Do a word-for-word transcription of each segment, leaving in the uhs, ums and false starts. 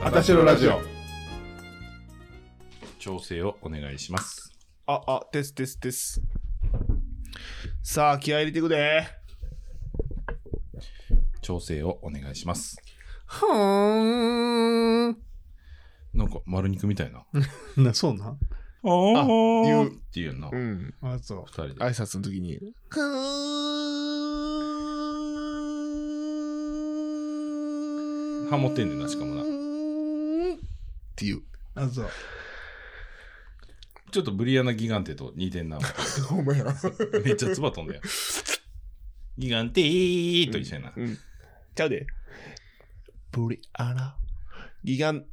あたしろラジオ。 調整をお願いします。 あ、あ、テステステス。さあ、気合い入れていくで。 調整をお願いします。 はーん。 なんか丸肉みたいな。 な、そうな。 ああ、 言うっていうな。 うん。 あ、そう。 二人で。 挨拶の時に。はハモってんねんな、しかもな。 っていう。 あ、そう。 ちょっとブリアナギガンテと似てんな。 お前や。 めっちゃ唾飛んだよ。ギガンテーと一緒やな。 うん。ちゃうで。ブリアナギガン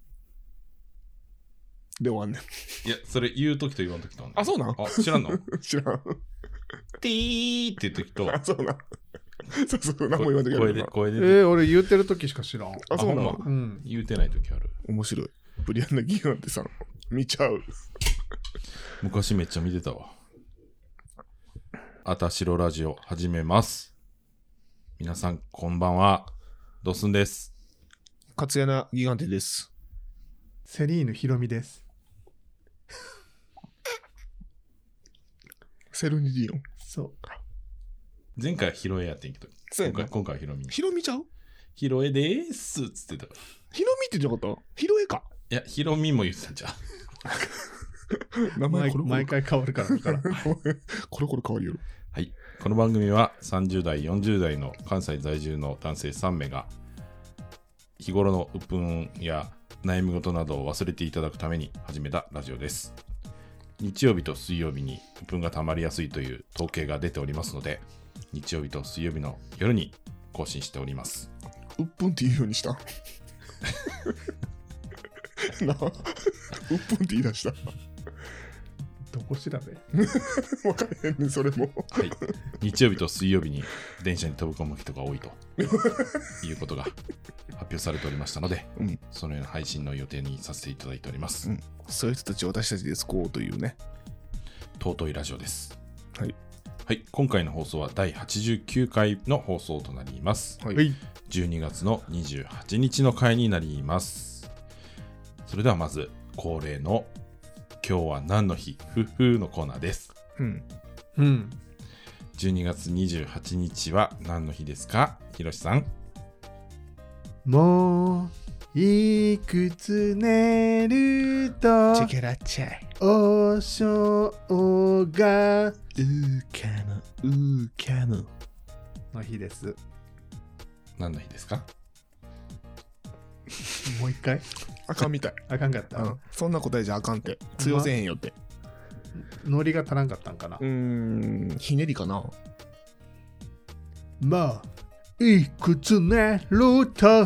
で終わんねん。 いや、それ言うときと言わんときとあんねん。 あ、そうなん？ あ、知らんの？ 知らん。 ティーって言うときと。 あ、そうなん。そうそう、何も言わんときある。 声で、声で。 えー、俺言ってる時しか知らん。 あ、そうなの。 うん。 言うてないときある。 面白い。ブリアナギガンってさ、見ちゃう。 昔めっちゃ見てたわ。あたしろラジオ始めます。皆さんこんばんは。ドスンです。 勝谷ギガンテです。 セリーヌヒロミです。 セルニディオン。 そう。 前回はヒロエやってんけど、 そうやな今回今回はヒロミ。 ヒロミちゃう？ ヒロエでーすっつってたから。 ヒロミって言ってなかった？ヒロエか。 いや、ヒロミも言ってたんじゃん。 名前これこれ毎回変わるからだから。 これこれこれ変わりよる。 はい。この番組はさんじゅう代、よんじゅう代の関西在住の男性さん名が日頃の鬱憤や悩み事などを忘れていただくために始めたラジオです。日曜日と水曜日に鬱憤が溜まりやすいという統計が出ておりますので、日曜日と水曜日の夜に更新しております。 うっぷんって言うようにした。なあ、うっぷんって言い出した。 どこ調べ？ 分かれへんねん、それも。 はい。日曜日と水曜日に電車に飛び込む人が多いということが発表されておりましたので、 うん、 そのような配信の予定にさせていただいております。 うん、そういう人たちを私たちで救おうというね。 尊いラジオです。 はい。 はい。今回の放送はだいはちじゅうきゅうかいの放送となります。 はい。 じゅうにがつのにじゅうはちにちの回になります。それではまず恒例の今日は何の日ふふのコーナーです。 うん。 うん。 じゅうにがつにじゅうはちにちは何の日ですか、ひろしさん。 もういくつ寝るとチェケラチャイ。 お正がうーかむ、うーかむの日です。 何の日ですか？ もう一回？ あかんみたい。 あかんかった。 うん。そんな答えじゃあかんって。通用せえへんよって。 ノリが足らんかったんかな。 うーん、ひねりかな。 まあいくつ寝ると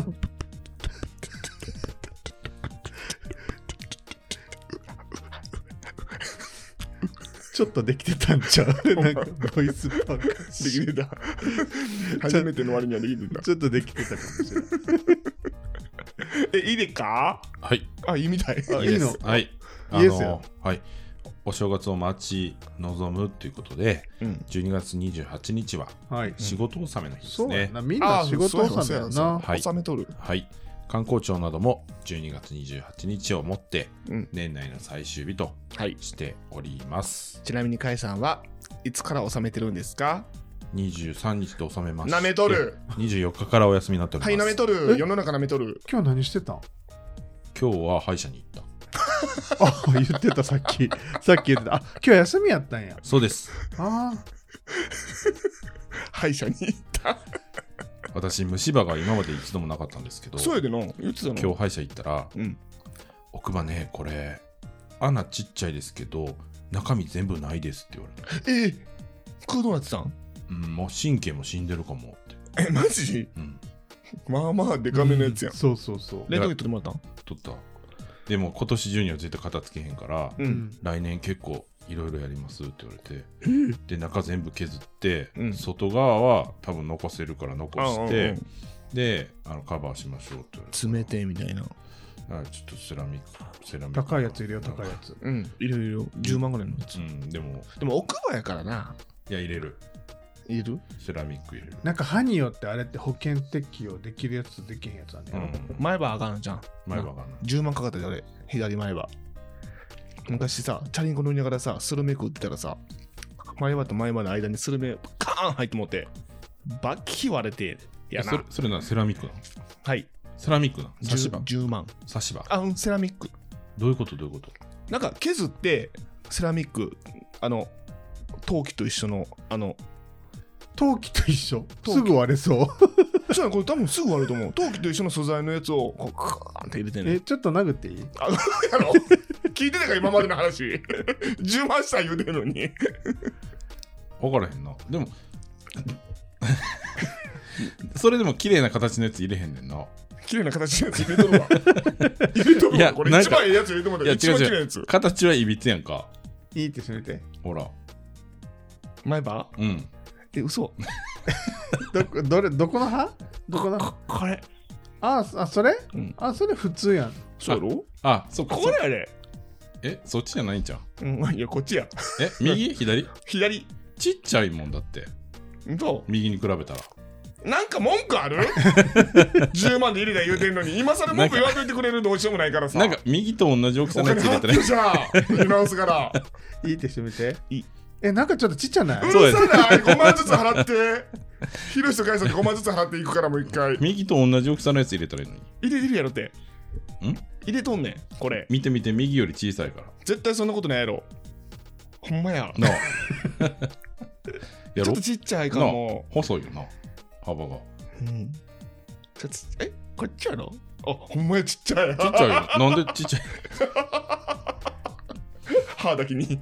ちょっとできてたんちゃう？なんかボイスパーカできてた。初めての割にはできてた。 ちょっとできてたかもしれない。 え、いいでか？ はい。 あ、いいみたい。 あいいの？ はい。 いいですよ。 はい。お正月を待ち望むということで、 うん、 じゅうにがつにじゅうはちにちははい。 仕事納めの日ですそうやね。 な。みんな仕事納めやな。 はい。 納めとる。 はい。観光庁などもじゅうにがつにじゅうはちにちをもってうん年内の最終日とはい。 しております。 ちなみにカイさんはいつから納めてるんですか？ にじゅうさんにちで納めまして、 なめとる。 にじゅうよっかからお休みになっております。 はい、なめとる。世の中なめとる。 今日何してたん？ 今日は歯医者に行った。 あ、言ってたさっき。さっき言ってた。あ、今日休みやったんや。 そうです。 ああ。 歯医者に行った。 私虫歯が今まで一度もなかったんですけど、 そうやでな。言ってたの。 今日歯医者行ったら、 うん。 奥歯ね、これ穴ちっちゃいですけど中身全部ないですって言われた。 えー、これどうなってたん？ うん、もう神経も死んでるかもって。 え、マジ？ うん。 まあまあデカめのやつやん。 そうそうそう。 レントゲン取ってもらったん？ 取った。でも今年中には絶対片付けへんから、 う。 うんん。 来年結構いろいろやりますって言われて、 えー、 で中全部削って、 うん外側は多分残せるから残しうんうんて、 うんであのカバーしましょうって言われて、 冷てみたいな。 あちょっとセラミックセラミック高いやついるよ、高いやつ。 うん。いろいろじゅうまんぐらいのやつ。 うん、でもでも奥歯やからな。 いや入れる。 入れる？ セラミック入れる。 なんか歯によってあれって保険適用できるやつとできへんやつだね、 うん。 前歯あかんじゃん。 前歯がな。 じゅうまんかかったじゃん俺、左前歯。昔さ、チャリンコ乗りながらさ、スルメ食ってたらさ、前歯と前歯の間にスルメカーン入ってもって、バッキ割れて、やな。 それ、それな、セラミックなの？ はい。 セラミックなの？差し歯？ じゅうまん。 差し歯？ あ、うん、セラミック。 どういうことどういうこと？ なんか削って、セラミック、あの、陶器と一緒の、あの、 陶器と一緒陶器すぐ割れそうそうやこれ多分すぐ割ると思う。陶器と一緒の素材のやつを、こう、カーンって入れてんねん。 えちょっと殴っていい？ あ、やろ聞いてたか今までの話。じゅうまんした言うてるのに。 分からへんな。でもそれでも綺麗な形のやつ入れへんねんな。 綺麗な形のやつ入れとるわ。入れとるわ。 いやこれなんか一番いいやつ入れてもらった。 いや一番違う違う綺麗なやつ。 形はいびつやんか。 いいって閉めて。 ほら。 前歯？ うん。 え、嘘。 どこどれどこの歯？どこの歯？ ここれ。 ああそれ？ うん。 あそれ普通やん。 そうやろ？ あ、そっか。 これやで。 え、そっちじゃないんじゃん。 うん、いや、こっちや。 え、右左左。 ちっちゃいもんだって。 そ右に比べたら。 う。なんか文句ある？じゅうまんで入れた言うてんのに、今更文句言わんといてくれるどうしようもないからさ。 なんか右と同じ大きさのやつ入れてない。 じゃあ、見直すから。 いいって閉めて。 いい。 えなんかちょっとちっちゃない？ そうや嘘だ、ごまんずつ払って。ヒロシとカイさんごまんずつ払っていくからもう一回。 右と同じ大きさのやつ入れたらいいのに。 入れてるやろって。 ん入れとんねん、これ。 見て見て、右より小さいから。 絶対そんなことないやろ。ほんまや。 なあ。やろちょっとちっちゃいかも。 細いよな、幅が。 うん。ちょっと、え、こっちやろ？あ、ほんまや、ちっちゃい。 ちっちゃいよ。なんでちっちゃい？ 歯だけに。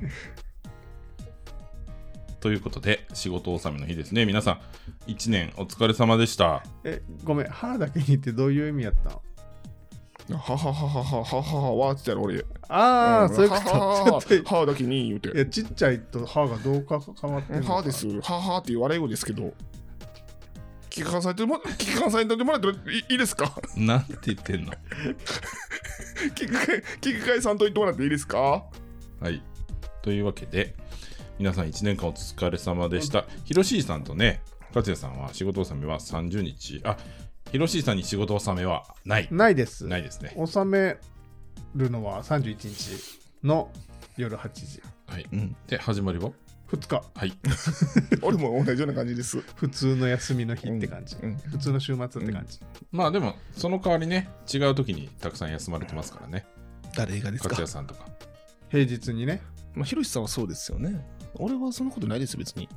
ということで、仕事納めの日ですね。皆さん、いちねんお疲れ様でした。 えごめん歯だけにってどういう意味やったの？ ははははははははわーって言ったら俺。 ああ、 うんそういうこはははと。ちょっと歯だけに言うて。 いやちっちゃいと歯がどうか変わってるのか。 歯です。ははっていう笑い声ですけど。聞かされても聞かされてもらっていいいですか？ なんて言ってんの？ 聞くかい聞くかいさんと言ってもらっていいですか？ はい。というわけで、皆さんいちねんかんお疲れ様でした。ひろしーさんとね、かつやさんは仕事納めはさんじゅうにち。あ、ひろしーさんに仕事納めはない。 ないです。 ないですね。 納めるのはさんじゅういちにちの夜はちじ。 はい。 うん。 で、始まりはふつか。 はい。 俺も同じような感じです。 普通の休みの日って感じ。 うんうん普通の週末って感じ。 まあでも、その代わりね、違う時にたくさん休まれてますからね。 誰がですかかつや？さんとか。 平日にね。 まあ、ひろしさんはそうですよね。俺はそんなことないです、別に。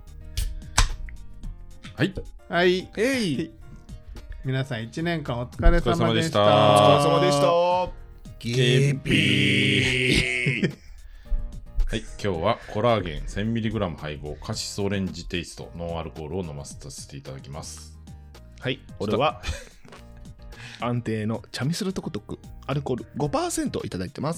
はい。 はい。 えい。 皆さんいちねんかんお疲れ様でした。 おお疲れ様でした。 ゲッピーはい、今日はコラーゲン せんミリグラム 配合カシスオレンジテイストノンアルコールを飲ませていただきます。 はい、俺は安定のチャミスルトコトクアルコール ごパーセント いただいてます。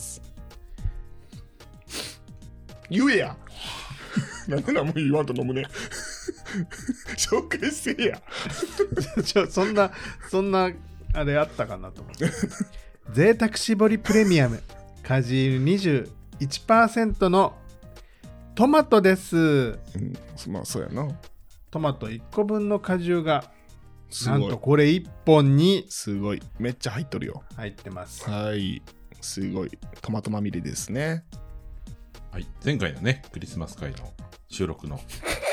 言えや。なんで何も言わんと飲むね。紹介せえや。 ちょそんなそんなあれあったかなと思って。贅沢搾りプレミアム果汁 にじゅういちパーセント のトマトです。 うん、まあそうやな。 トマトいっこぶんの果汁がすごいなんとこれいっぽんにすごい。めっちゃ入っとるよ。 入ってます。 はい。すごい。トマトまみれですね。 はい、前回のね、クリスマス会の収録の。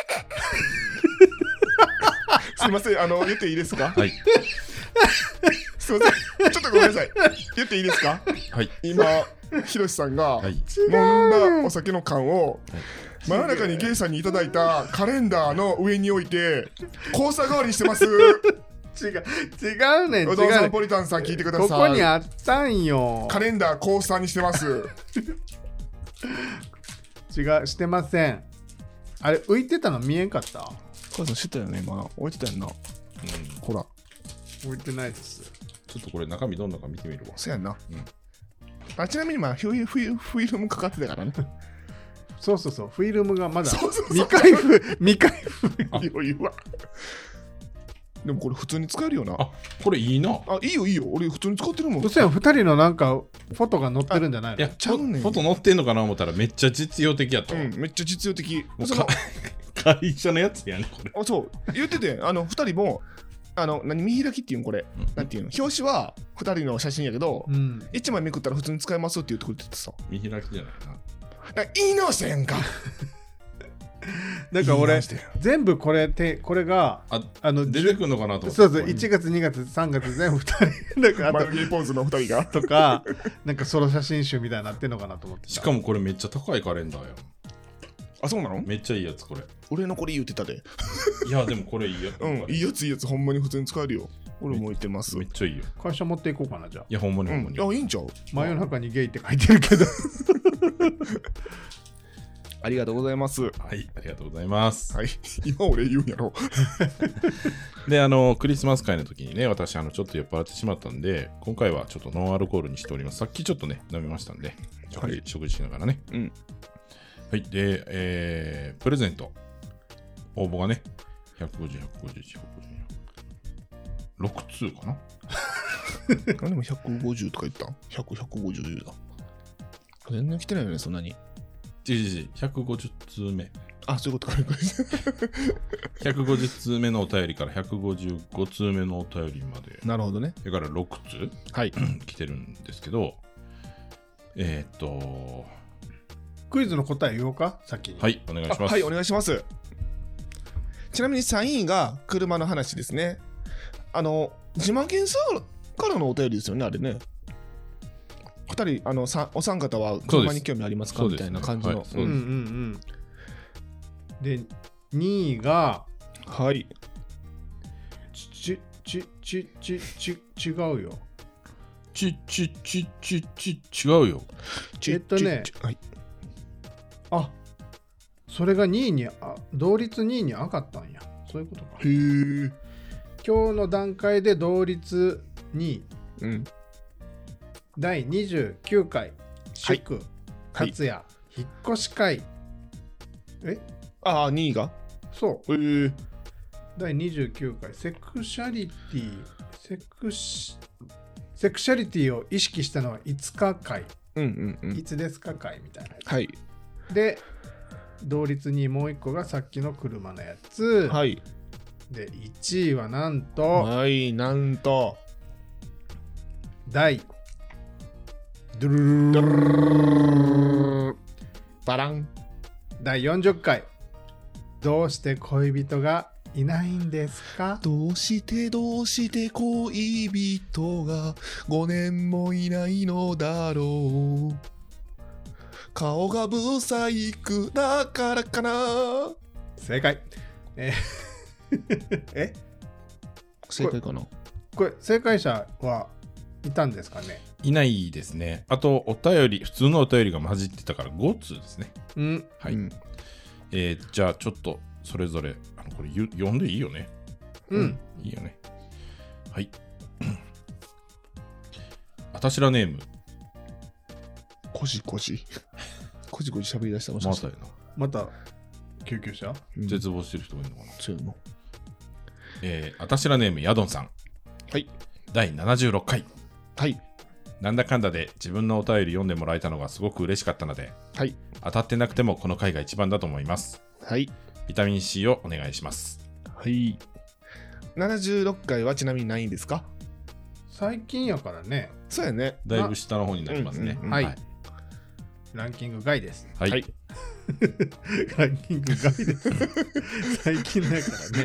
すいません、あの、言っていいですか？ はい。 すいません。ちょっとごめんなさい。言っていいですか？ はい。 今、ひろしさんがはい。 飲んだお酒の缶を真夜中にゲイさんにいただいたカレンダーの上に置いて交差代わりにしてます。 違う違うねん違うお父さねんんポリタンさん聞いてください。 ここにあったんよ。 カレンダー交差にしてます。 違うしてません。あれ浮いてたの見えんかった？ 母さん知ったよね今置いてたよな。 うん、 ほら置いてないです。 ちょっとこれ中身どんなか見てみるわ。 そうやんな、 うん、 あちなみにまあフィルフィルフィルムかかってたからね。 そうそうそうフィルムがまだそうそうそう未開封未開封。 余裕は。でもこれ普通に使えるよな。 あ、これいいな。 あいいよいいよ俺普通に使ってるもん。 嘘やんふたりのなんかフォトが載ってるんじゃないの？ いや、 ちゃうねんフォト載ってんのかな思ったらめっちゃ実用的やったわ。 うんめっちゃ実用的。 もうそのか会社のやつやん、これ。 あ、そう言ってて、あのふたりもあの何見開きっていうんこれ、 うんなんていうの、表紙はふたりの写真やけど、 うん。 いちまいめくったら普通に使えますって言ってくれててさ、 見開きじゃないな。 だから言い直したやんか。 なんか俺言い直して全部これてこれがあ、 あの出てくるのかなと思って。 そうそういちがつにがつさんがつ全部ふたりなんかあと眉毛ポーズのふたりがとかなんかソロ写真集みたいになってんのかなと思ってた。 しかもこれめっちゃ高いカレンダーやん。 あ、そうなの？ めっちゃいいやつ、これ。 俺のこれ言ってたで。 いや、でもこれいいやつ。 うん、いいやついいやつ、ほんまに普通に使えるよ。俺も言ってます。 めっちゃいいよ。 会社持っていこうかなじゃあ。 いや、ほんまにうん、 ほんまに。 あ、いいんちゃう？ 真夜中にゲイって書いてるけどありがとうございます。ははい、ありがとうございます。 い。今俺言うんやろ。 で、あの、クリスマス会の時にね、私、あの、ちょっと酔っ払ってしまったんで、今回はちょっとノンアルコールにしております。さっきちょっとね、飲みましたんで、食事,、 はい食事しながらね。 うん。 はい、で、えー、プレゼント。応募がね、ひゃくごじゅう、ひゃくごじゅういち、ひゃくごじゅうに、ろく通かな。 あでもひゃくごじゅうとか言ったん ?ひゃく、ひゃくごじゅう言うだ。全然来てないよね、そんなに。 じじじ、ひゃくごじゅう通目。 あ、そういうことか。 ひゃくごじゅう通目のお便りからひゃくごじゅうご通目のお便りまで、 なるほどね。 それからろく通はい。 来てるんですけど、えー、っと、 クイズの答え言おうか先に。 はい、お願いします。 はい、お願いします。ちなみにさんいが車の話ですね。あの、自慢件数からのお便りですよね、あれね。ふたり、あの、さお三方は車に興味ありますかそうですみたいな感じの。 そうですねうんうんうん。で、にいが、 はい。 ち、ち、ち、ち、ち、違うよ。 ち、ち、ち、ち、ち、違うよ。 ちえっとねちちはい。 あ、それがにいに、あ同率にいに上がったんや。そういうことか。 へー。 今日の段階で同率にい、 うん。 だいにじゅうきゅうかい、祝、 はい達也、引っ越し会。えああ、にいがそう。 へー。 だいにじゅうきゅうかい、セクシャリティ、セクシ、セクシャリティを意識したのはいつか会、 うんうんうん。 いつですか会みたいなやつ。 はい。 で、同率にもういっこがさっきの車のやつ。 はい。 で、いちいはなんと、 はい、なんと。 第、ドゥルルルルルバラン。 だいよんじゅっかい、どうして恋人がいないんですか？ どうしてどうして恋人がごねんもいないのだろう。顔がブサイクだからかな。 正解。ええ正解かな。 これ正解者はいたんですかね？ いないですね。あと、お便り、普通のお便りが混じってたからご通ですね。 うん。 はい。 うんえー、じゃあ、ちょっと、それぞれ、あのこれゆ読んでいいよね。 うん。 いいよね。はい。あたしらネーム、 こじこじ。こじこじ喋り出したもしかしてまたやな。 また救急車？ うん絶望してる人がいるのかな。 そういうの。 えー、あたしらネーム、ヤドンさん。 はい。 だいななじゅうろっかい。 はい。 なんだかんだで自分のお便り読んでもらえたのがすごく嬉しかったので、 はい。 当たってなくてもこの回が一番だと思います。 はい。 ビタミン C をお願いします。 はい。ななじゅうろっかいはちなみにないんですか？ 最近やからね。 そうやね。 だいぶ下の方になりますね。 うんうんうんはいはい。 ランキング外です。 はい。 はいランキング外です。最近だからね。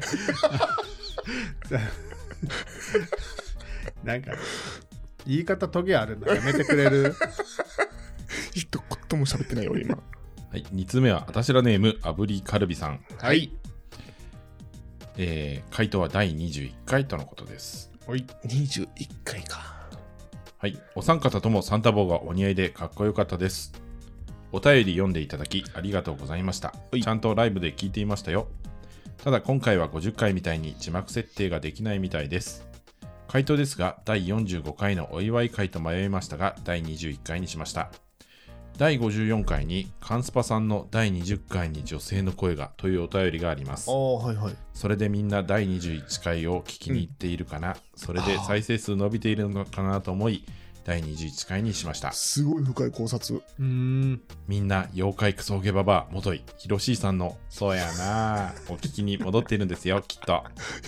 なんか、言い方トゲあるのやめてくれる？ 一言も喋ってないよ、俺今。 はい、につめはあたしらネーム炙りカルビさん。 はい。 えー、回答はだいにじゅういっかいとのことです。 おい。 にじゅういっかいか。 はい、お三方ともサンタ帽がお似合いでかっこよかったです。お便り読んでいただきありがとうございました。ちゃんとライブで聞いていましたよ。ただ今回はごじゅっかいみたいに字幕設定ができないみたいです。回答ですが、だいよんじゅうごかいのお祝い回と迷いましたが、だいにじゅういっかいにしました。だいごじゅうよんかいにカンスパさんのだいにじゅっかいに女性の声がというお便りがありますあ。あ、はいはい。 それでみんなだいにじゅういっかいを聞きに行っているかな、それで再生数伸びているのかなと思い、 だいにじゅういっかいにしました。 すごい深い考察。 うーん。 みんな妖怪クソゲババア元井ひろしーさんのそうやなお聞きに戻っているんですよきっと。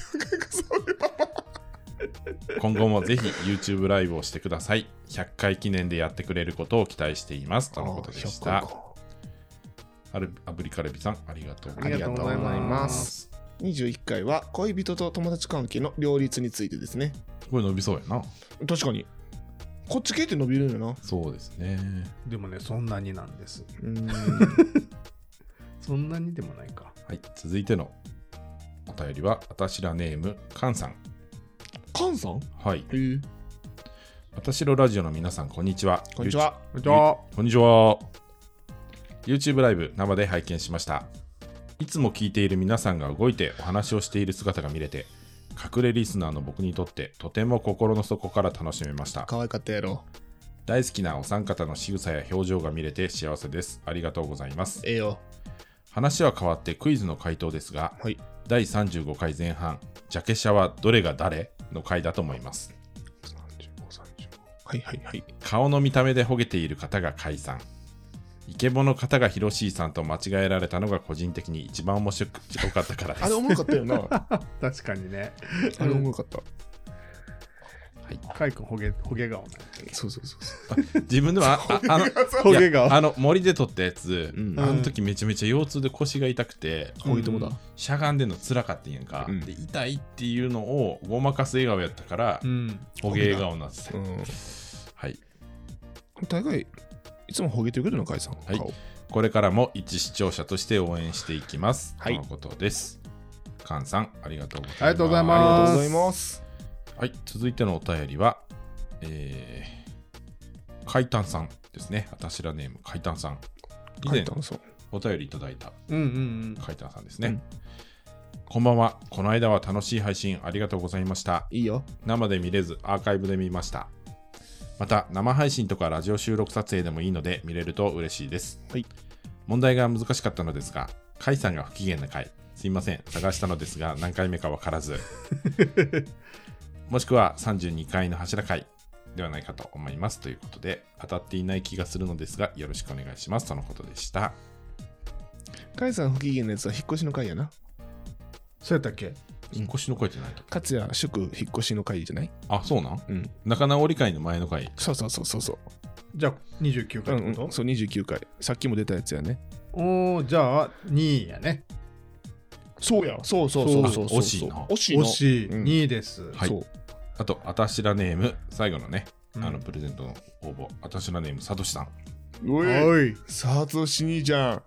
今後もぜひ YouTube ライブをしてください。ひゃっかい記念でやってくれることを期待していますとのことでした。あるアブリカルビさんありがとうございます。 ありがとうございます。 にじゅういっかいは恋人と友達関係の両立についてですね。 これ伸びそうやな。 確かにこっち系って伸びるんやな。 そうですね。 でもね、そんなになんです。 うーんそんなにでもないか。 はい、続いてのお便りはあたしらネームカンさん。 カンさん。 はい。 へえ。 あたしろラジオの皆さんこんにちは。 こんにちは。 こんにちは。 こんにちは。YouTube ライブ生で拝見しました。いつも聞いている皆さんが動いてお話をしている姿が見れて、隠れリスナーの僕にとってとても心の底から楽しめました。 可愛かったやろ。 大好きなお三方の仕草や表情が見れて幸せです。ありがとうございます。 ええよ。 話は変わってクイズの回答ですが、 はい。 だいさんじゅうごかいぜん半、ジャケ写はどれが誰の回だと思います。 さんじゅうご、さんじゅうご。はいはいはい。 顔の見た目でほげている方が甲斐さん。イケボの方がヒロシーさんと間違えられたのが個人的に一番面白かったからです。 あれおもろかったよな。 確かにね。 あれおもろかった。 はい。 カイ君ほげ、ほげ顔ね。 そうそうそうそう。 自分ではああのほげ顔。 あの森で撮ったやつ、 うん、 あの時めちゃめちゃ腰痛で腰が痛くて、 ほげともだ。 しゃがんでんの辛かったんやんか、 うん、 で痛いっていうのをごまかす笑顔やったから、うん、ほげ笑顔になってた、うん、はい。 大概いつもほげてくれるのかいさん。 はい。これからも一視聴者として応援していきます。 はい。 とのことです。カンさん、ありがとうございます。 ありがとうございます。 ありがとうございます。 はい、続いてのお便りは、えー、海丹さんですね。あたしらネーム、海丹さん。以前、お便りいただいた海丹さんですね。うん、こんばんは。この間は楽しい配信ありがとうございました。 いいよ。 生で見れず、アーカイブで見ました。また生配信とかラジオ収録撮影でもいいので見れると嬉しいです。 はい、 問題が難しかったのですが、甲斐さんが不機嫌な回、すいません、探したのですが何回目か分からずもしくはさんじゅうにかいの柱回ではないかと思いますということで、当たっていない気がするのですがよろしくお願いしますとのことでした。 甲斐さん不機嫌なやつは引っ越しの回やな。 そうやったっけ？ 引っ越しの回ってないと。 勝也祝引っ越しの回じゃない？ あ、そうなん？ うん。 仲直り会の前の回。 そうそうそうそうそう。 じゃあにじゅうきゅうかいってこと？ うんうん、そうにじゅうきゅうかい。さっきも出たやつやね。 おー、じゃあにいやね。 そうや。そうそうそうそうそう。 惜しいな。 惜しい。惜しい。にいです。 はい。 そう。 あと、あたしらネーム、最後のね、うん、あのプレゼントの応募、あたしらネーム、さとしさん。 おい。さとし兄ちゃん。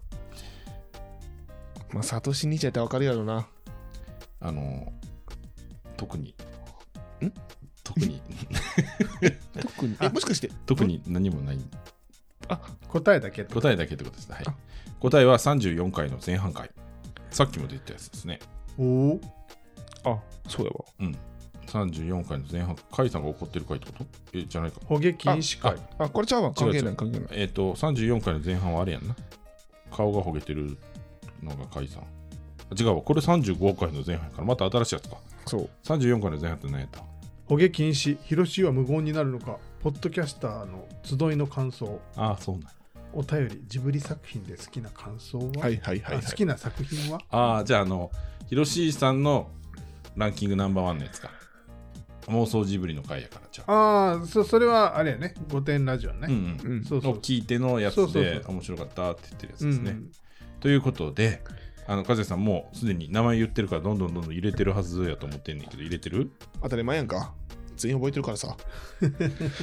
まあ、さとし兄ちゃんってわかるやろな。 あの、特に。 ん特に。 特に。え、もしかして。 特に何もない。 あ、答えだけ。 答えだけってことですね。はい。答えはさんじゅうよんかいの前半回。さっきも出たやつですね。 おお。 あ、そうやわ。 うん。さんじゅうよんかいの前半、甲斐さんが怒ってる回ってこと？え、じゃないか。 捕鯨禁止回。 あ、あ、これちゃうわ。関係ない、関係ない。 えっと、さんじゅうよんかいの前半はあれやんな。顔がほげてるのが甲斐さん。違うわ。これさんじゅうごかいの前半からまた新しいやつか。 そう。 さんじゅうよんかいの前半って何やった？ 捕鯨禁止、ヒロシは無言になるのか、ポッドキャスターの集いの感想。 ああ、そうなん。 お便り、ジブリ作品で好きな感想は？ はいはいはい、はい。 好きな作品は？ ああ、じゃあ、あの、ヒロシさんのランキングナンバーワンのやつか。妄想ジブリの回やからじゃあ。 ああ、そ, それはあれやね。ごてんラジオね。 うんうん。そうそう。聞いてのやつで面白かったって言ってるやつですね。うんうん、ということで、あの、和也さんもうすでに名前言ってるからどんどんどんどん入れてるはずやと思ってんねんけど、入れてる？ 当たり前やんか。全員覚えてるからさ。えっと。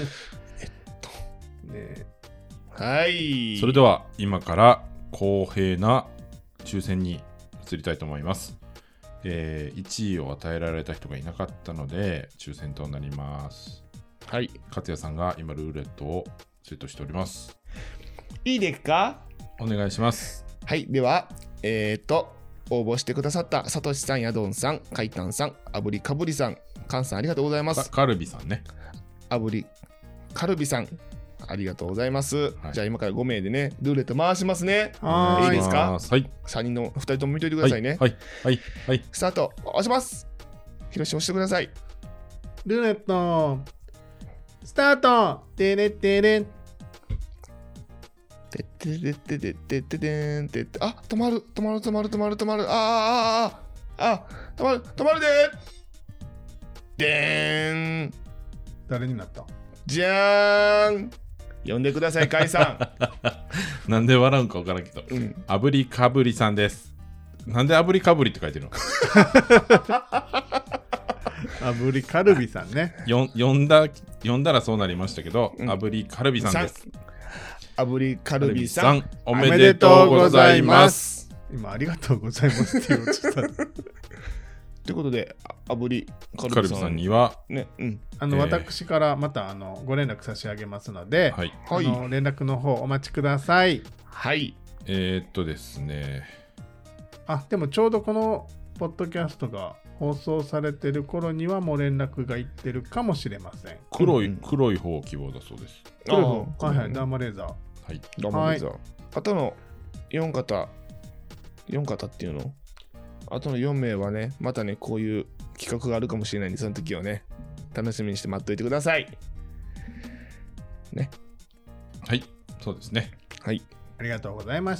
ねはい。 それでは今から公平な抽選に移りたいと思います。えー、いちいを与えられた人がいなかったので抽選となります。 はい。 勝也さんが今ルーレットをセットしております。 いいですか？ お願いします。 はい。では、えーと、応募してくださったさとしさん、やどんさん、かいたんさん、あぶりかぶりさん、かんさんありがとうございます。 カルビさんね。 あぶりカルビさん。ありがとうございます、はい、じゃあ今からごめいでねルーレット回しますね。いいですか？ はい。 さんにんのふたりとも見といてくださいね。 はいはいはい、 スタート押します。ひろし押してください。 ルーレットスタート。てれてれ。 てってれってれってってれんってって、あ、止まる、止まる、止まる、止まる、止まる、あーあーあーあー、あ、止まる、止まるでーでーん。 誰になった？ じゃーん。呼んでください、甲斐さなんで笑うんか分からんけど、 ん。うん。 炙りかぶりさんです。なんで炙りかぶりって書いてるの？ 炙りカルビさんね。 よ読んだ読んだらそうなりましたけど、 うん炙りカルビさんです。 炙りカルビさん、 おめでとうございます。 今ありがとうございますって言おうとした。 ということで、あ炙りカカルビさんには、 ね、うん。 あの、 えー私からまたあのご連絡差し上げますので、 はい、 あの連絡の方お待ちください。 はい。 えー、っとですね、 あ、でもちょうどこのポッドキャストが放送されてる頃にはもう連絡がいってるかもしれません。 黒い、 うん黒い方希望だそうです。 黒い方あーはいはい、ダーマレーザー。 はい。 どうもです。あとのよん方、よん方っていうのあとのよん名はね、またね、こういう企画があるかもしれないんで、その時はね、楽しみにして待っといてください。ね。 はい、そうですね。 はい。 ありがとうございました。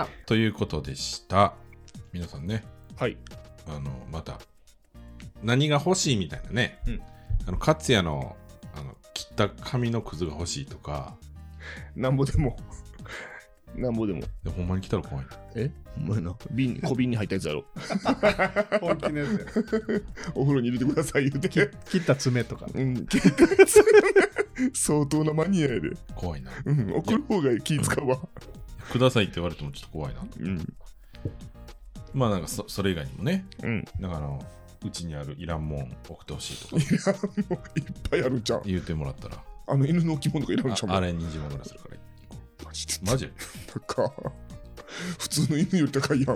ということでした。皆さんね、 はい。 あのまた何が欲しいみたいなね、 うんあの勝也のあの切った紙のくずが欲しいとか、 なんぼでも。なんぼでも。 でほんまに来たら怖いな。 えお前な。瓶に、小瓶に入ったやつやろ。 本気のやつや。 お風呂に入れてください言うて。 切った爪とか。 うん。相当なマニアやで。 怖いな。 うん。送る方が気使うわ。 くださいって言われてもちょっと怖いな。 うん。 まあなんか そ, それ以外にもね、 うん。 なんかあのうちにあるいらんもん送ってほしいとかいや、もういっぱいあるじゃん。 言うてもらったら、 あの犬の置物がいらんじゃん。 ああれにじゅうまんぐらいするから。 マジで。 マジ高普通の犬より高いやん。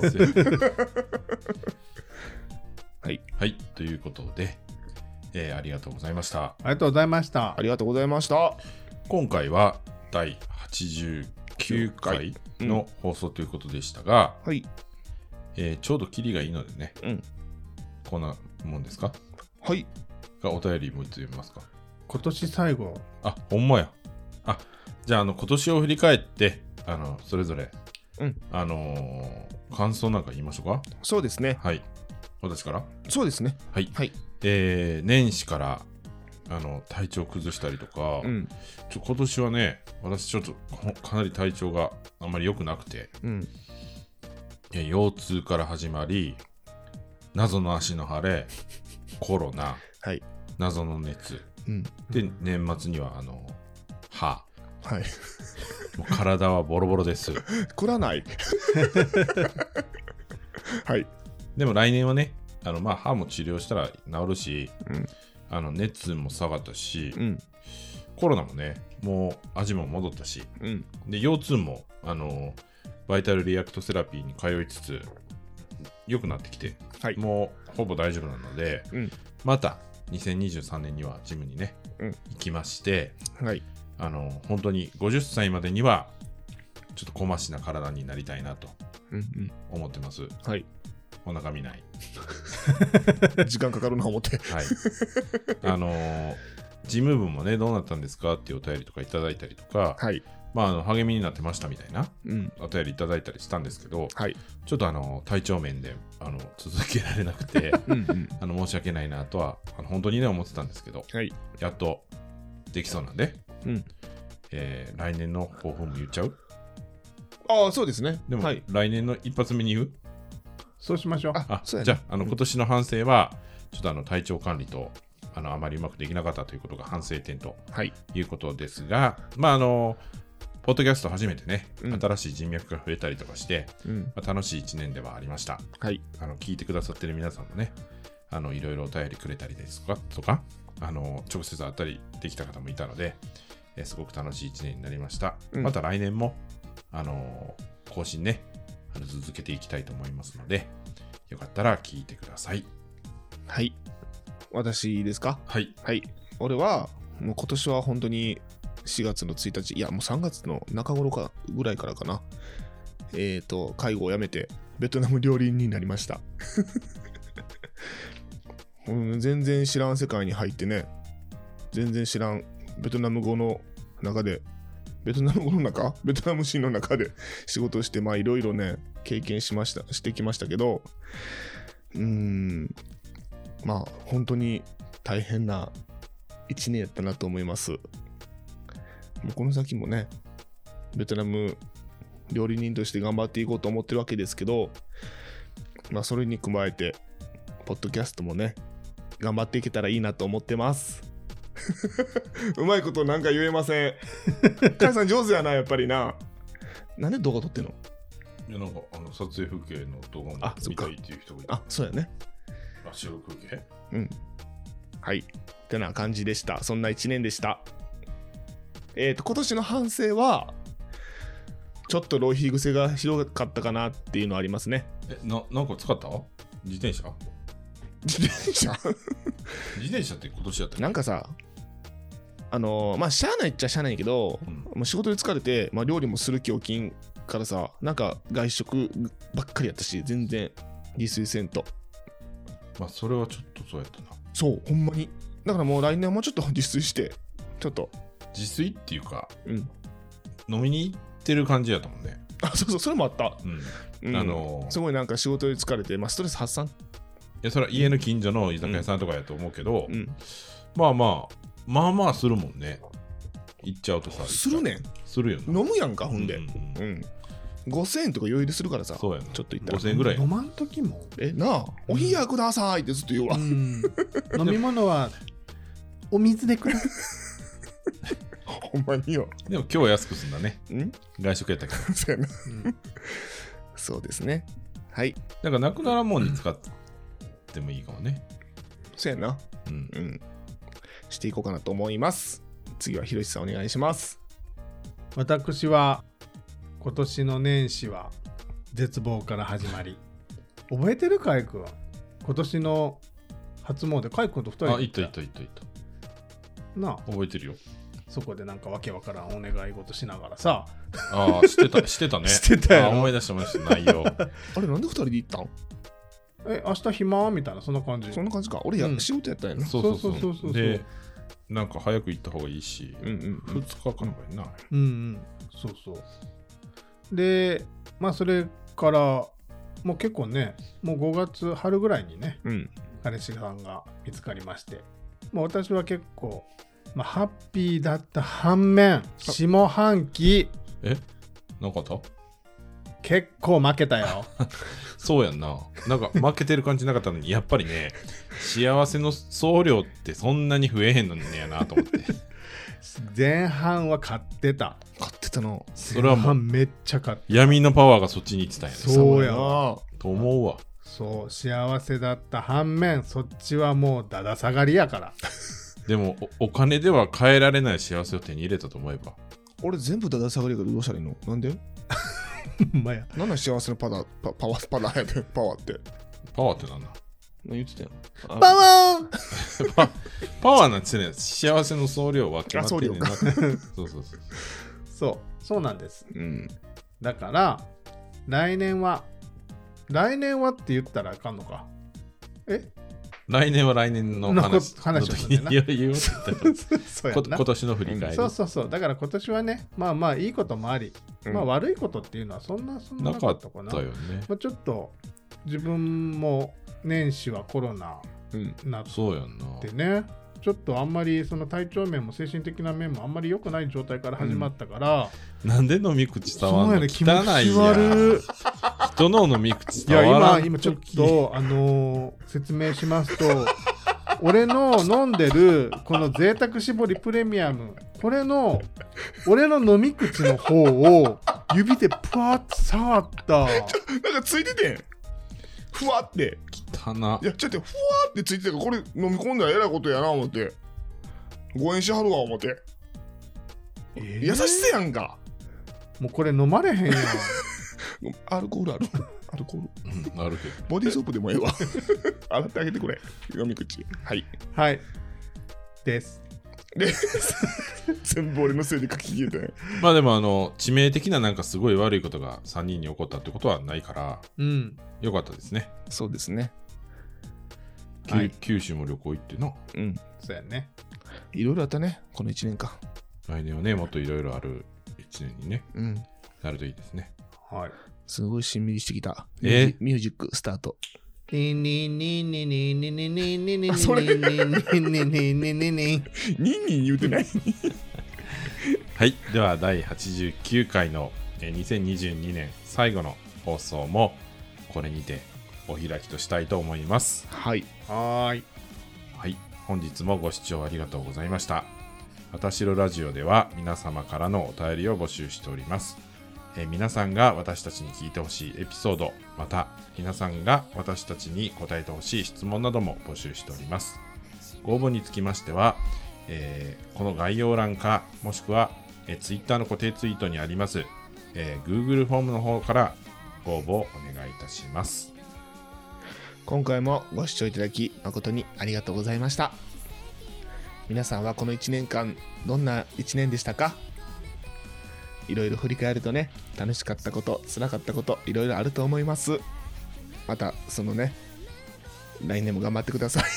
はい。 はい、ということで、えーありがとうございました。 ありがとうございましたあ。りがとうございました。 今回はだいはちじゅうきゅうかいの放送ということでしたが、 はい。 えーちょうどキリがいいのでね、 うん。 こんなもんですかはい。 がお便りもう一つ読みますか。 今年最後。 あ、ほんまや。あ、じゃあ、あの、今年を振り返って、あの、それぞれ、 うん。 あのー感想なんか言いましょうか。 そうですね。 はい。私から。 そうですね。 はい。 はい。 えー、年始から、あの、体調崩したりとか、 うん。 ちょ今年はね、私ちょっとこかなり体調があんまり良くなくて、 うん。 えー腰痛から始まり、謎の足の腫れ、コロナ、 はい。 謎の熱、 うん。 で、年末には、あの、歯。 はい。 もう体はボロボロです。 くらない。はい。 でも来年はね、あのまあ歯も治療したら治るし、 うん。 あの熱も下がったし、 うん。 コロナもね、もう味も戻ったし、 うん。 で腰痛もあのバイタルリアクトセラピーに通いつつ良くなってきて、 はい。 もうほぼ大丈夫なので、 うん。 またにせんにじゅうさんねんにはジムにね、 うん行きまして、 はい。 あの本当にごじゅっさいまでにはちょっと小増しな体になりたいなとうん。うん。 思ってます。 はい。 お腹見ない。 時間かかるな思って。 はい。あのー、事務部もね、どうなったんですかっていうお便りとかいただいたりとか、 はい。 まあ、あの励みになってましたみたいなうん。 お便りいただいたりしたんですけど、 はい。 ちょっとあの体調面であの続けられなくて、 うん。うん。 あの申し訳ないなとはあの本当にね思ってたんですけど、 はい。 やっとできそうなんで、 うん。 えー来年の抱負も言っちゃう。 ああ、そうですね。 でも、 はい。 来年の一発目に言う。 そうしましょう。 ああ、 そうやねじゃあ、あの今年の反省は、ちょっとあの体調管理とあのあまりうまくできなかったということが反省点とはい。 いうことですが、まああの、ポッドキャスト初めてね、 うん新しい人脈が増えたりとかして、 うん。 まあ、楽しいいちねんではありました。 はい。 あの聞いてくださってる皆さんもね、あのいろいろお便りくれたりですとか、とかあの直接会ったりできた方もいたので、えーすごく楽しいいちねんになりました。 うんまた来年も、あの更新ねあの、続けていきたいと思いますので、よかったら聞いてください。 はい。私ですか？ はい。 はい。俺は、もう今年は本当にしがつのついたち、いや、もうさんがつの中頃かぐらいからかな。えっと、介護を辞めて、ベトナム料理人になりました。うん、全然知らん世界に入ってね、全然知らんベトナム語の中で、ベトナム語の中ベトナム人の中で仕事をして、まあいろいろね、経験しました、してきましたけど、うーん、まあ本当に大変ないちねんやったなと思います。もうこの先もね、ベトナム料理人として頑張っていこうと思ってるわけですけど、まあそれに加えて、ポッドキャストもね、頑張っていけたらいいなと思ってます。うまいことなんか言えません。カイさん上手やな、やっぱりな。なんで動画撮ってんの？ いやなんかあの撮影風景の動画も見たいっていう人がいて。 あ、そうやね。 あ、白風景？ うん。はい。ってな感じでした。そんないちねんでした。えっと、今年の反省は、ちょっと浪費癖がひどかったかなっていうのはありますね。 え、な、なんか使った？自転車？ 自転車自転車って今年やったっけ？ なんかさ、あのー、まあ、しゃあないっちゃしゃあないけど、 うん、 もう仕事で疲れて、まあ、料理もする気起きんからさ、なんか外食ばっかりやったし、全然自炊せんと。 まあ、それはちょっとそうやったな。 そう、ほんまに。だからもう来年はもうちょっと自炊して、ちょっと。 自炊っていうか、 うん。 飲みに行ってる感じやったもんね。 あ、そうそう、それもあった。 うん。うん、あのー、 すごいなんか仕事で疲れて、まあ、ストレス発散。 いや、それは家の近所の居酒屋さんとかやと思うけど、 うん、 まあまあ、まあまあするもんね。行っちゃうとさ。 するねん。 するよな。 飲むやんか、ほんで。 うんうんうん、 うん。ごせんえんとか余裕でするからさ。 そうやな。 ちょっと行ったら。 ごせんえんぐらい。 飲まんときも。 え、なあ、お冷やくださいってずっと言うわ。 うん、飲み物はお水でください。 ほんまによ。 でも今日は安くすんだね。 ん外食やったけど。 そうやな、 うん、 そうですね。はい。 なんかなくならんもんに使ってもいいかもね。 そうやな。 うん。 うん。していこうかなと思います。次はひろしさんお願いします。 私は今年の年始は絶望から始まり、覚えてるかいくん？今年の初詣、かいくんとふたりであ、行った行った行った行った。 なあ、 覚えてるよ。 そこでなんかわけわからんお願い事しながらさ。 ああ、してた、してたね。 してたよ。 思い出した思い出した内容。 あれなんでふたりで行ったん？ え、明日暇みたいな、そんな感じ。 そんな感じか。俺や、 うん、 仕事やったんやな。 そうそうそうそうそうそうそう。 で、なんか早く行った方がいいし、 うんうんうん、 ふつかかんかいな。 うんうん、そうそう。で、まあそれからもう結構ね、もうごがつ春ぐらいにね、 うん、 彼氏さんが見つかりまして、まあ、私は結構、まあ、ハッピーだった反面、下半期えなんかあった？ 結構負けたよ。 そうやんな。なんか負けてる感じなかったのに、やっぱりね、幸せの総量ってそんなに増えへんのねやなと思って。 前半は勝ってた。 勝ってたな。 それはもうめっちゃ勝ってた。 闇のパワーがそっちに行ってたんやね。 そうやわ。 と思うわ。 そう、幸せだった反面、そっちはもうだだ下がりやから。 でもお、お金では変えられない幸せを手に入れたと思えば。 俺全部だだ下がりやけどどうしたらいいの？なんで？ ほんまや。 なんなん幸せのパダパパワーパダーやでパワーって。 パワーってなんだ？ 何言ってたよ。 パワーパ, パワーなんてね、幸せの総量は決まってんねんな。 あそうそうそう。 そう、そうなんです。 うん。 だから来年は来年はって言ったらあかんのか。え？ 来年は来年の話話をするんだ言う言うって言ったそうやな。 今年の振り返り。 そうそうそう。だから今年はね、まあまあいいこともあり、 うん、 まあ悪いことっていうのはそんなそんななかったかな。よね。 まあ、ちょっと自分も年始はコロナになってね、 そうやんな。 ちょっとあんまりその体調面も精神的な面もあんまり良くない状態から始まったから、 うん、なんで飲み口触んの？ そうやね、気持ち悪い。 人の飲み口触らん。いや今ん今ちょっとあのー、説明しますと俺の飲んでるこの贅沢搾りプレミアム、これの俺の飲み口の方を指でプワーッと触ったなんかついててん、ふわって汚な。 いやちょっとふわってついてて、これ飲み込んだらえらいことやな思ってごえんしはるわ思って、えー、優しさやんか。 もうこれ飲まれへんやん。 アルコールあるアルコール、 うん、あるけどボディーソープでもええわ。洗ってあげてくれ、飲み口。はいはいですで全部俺のせいで書き消えたね。 まあでもあの致命的ななんかすごい悪いことがさんにんに起こったってことはないから、 うん、 よかったですね。 そうですね、 はい、九州も旅行行ってな。 うん、 そうやね。 いろいろあったね、このいちねんかん。 来年はね、もっといろいろあるいちねんにね、 うん。 なるといいですね。 はい。 すごいしんみりしてきた。 えミュージックスタート。 ににににににににににあそれにににににににニンニン言うてない。 はい。では、だいはちじゅうきゅうかいのえーにせんにじゅうにねん最後の放送も、これにてお開きとしたいと思います。 はい。 はーい。 はい。本日もご視聴ありがとうございました。あたしろラジオでは皆様からのお便りを募集しております。えー皆さんが私たちに聞いてほしいエピソード、また皆さんが私たちに答えてほしい質問なども募集しております。ご応募につきましては、えーこの概要欄かもしくは、えー、Twitter の固定ツイートにあります、えー Google フォームの方からご応募をお願いいたします。 今回もご視聴いただき誠にありがとうございました。皆さんはこのいちねんかんどんないちねんでしたか？いろいろ振り返るとね、楽しかったこと、辛かったこと、いろいろあると思います。またそのね、来年も頑張ってください。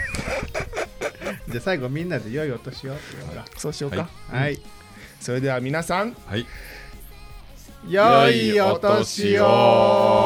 じゃあ最後みんなで良いお年をって言おうか。 そうしようか。 はい。はい。 それでは皆さん、 はい。 良いお年を。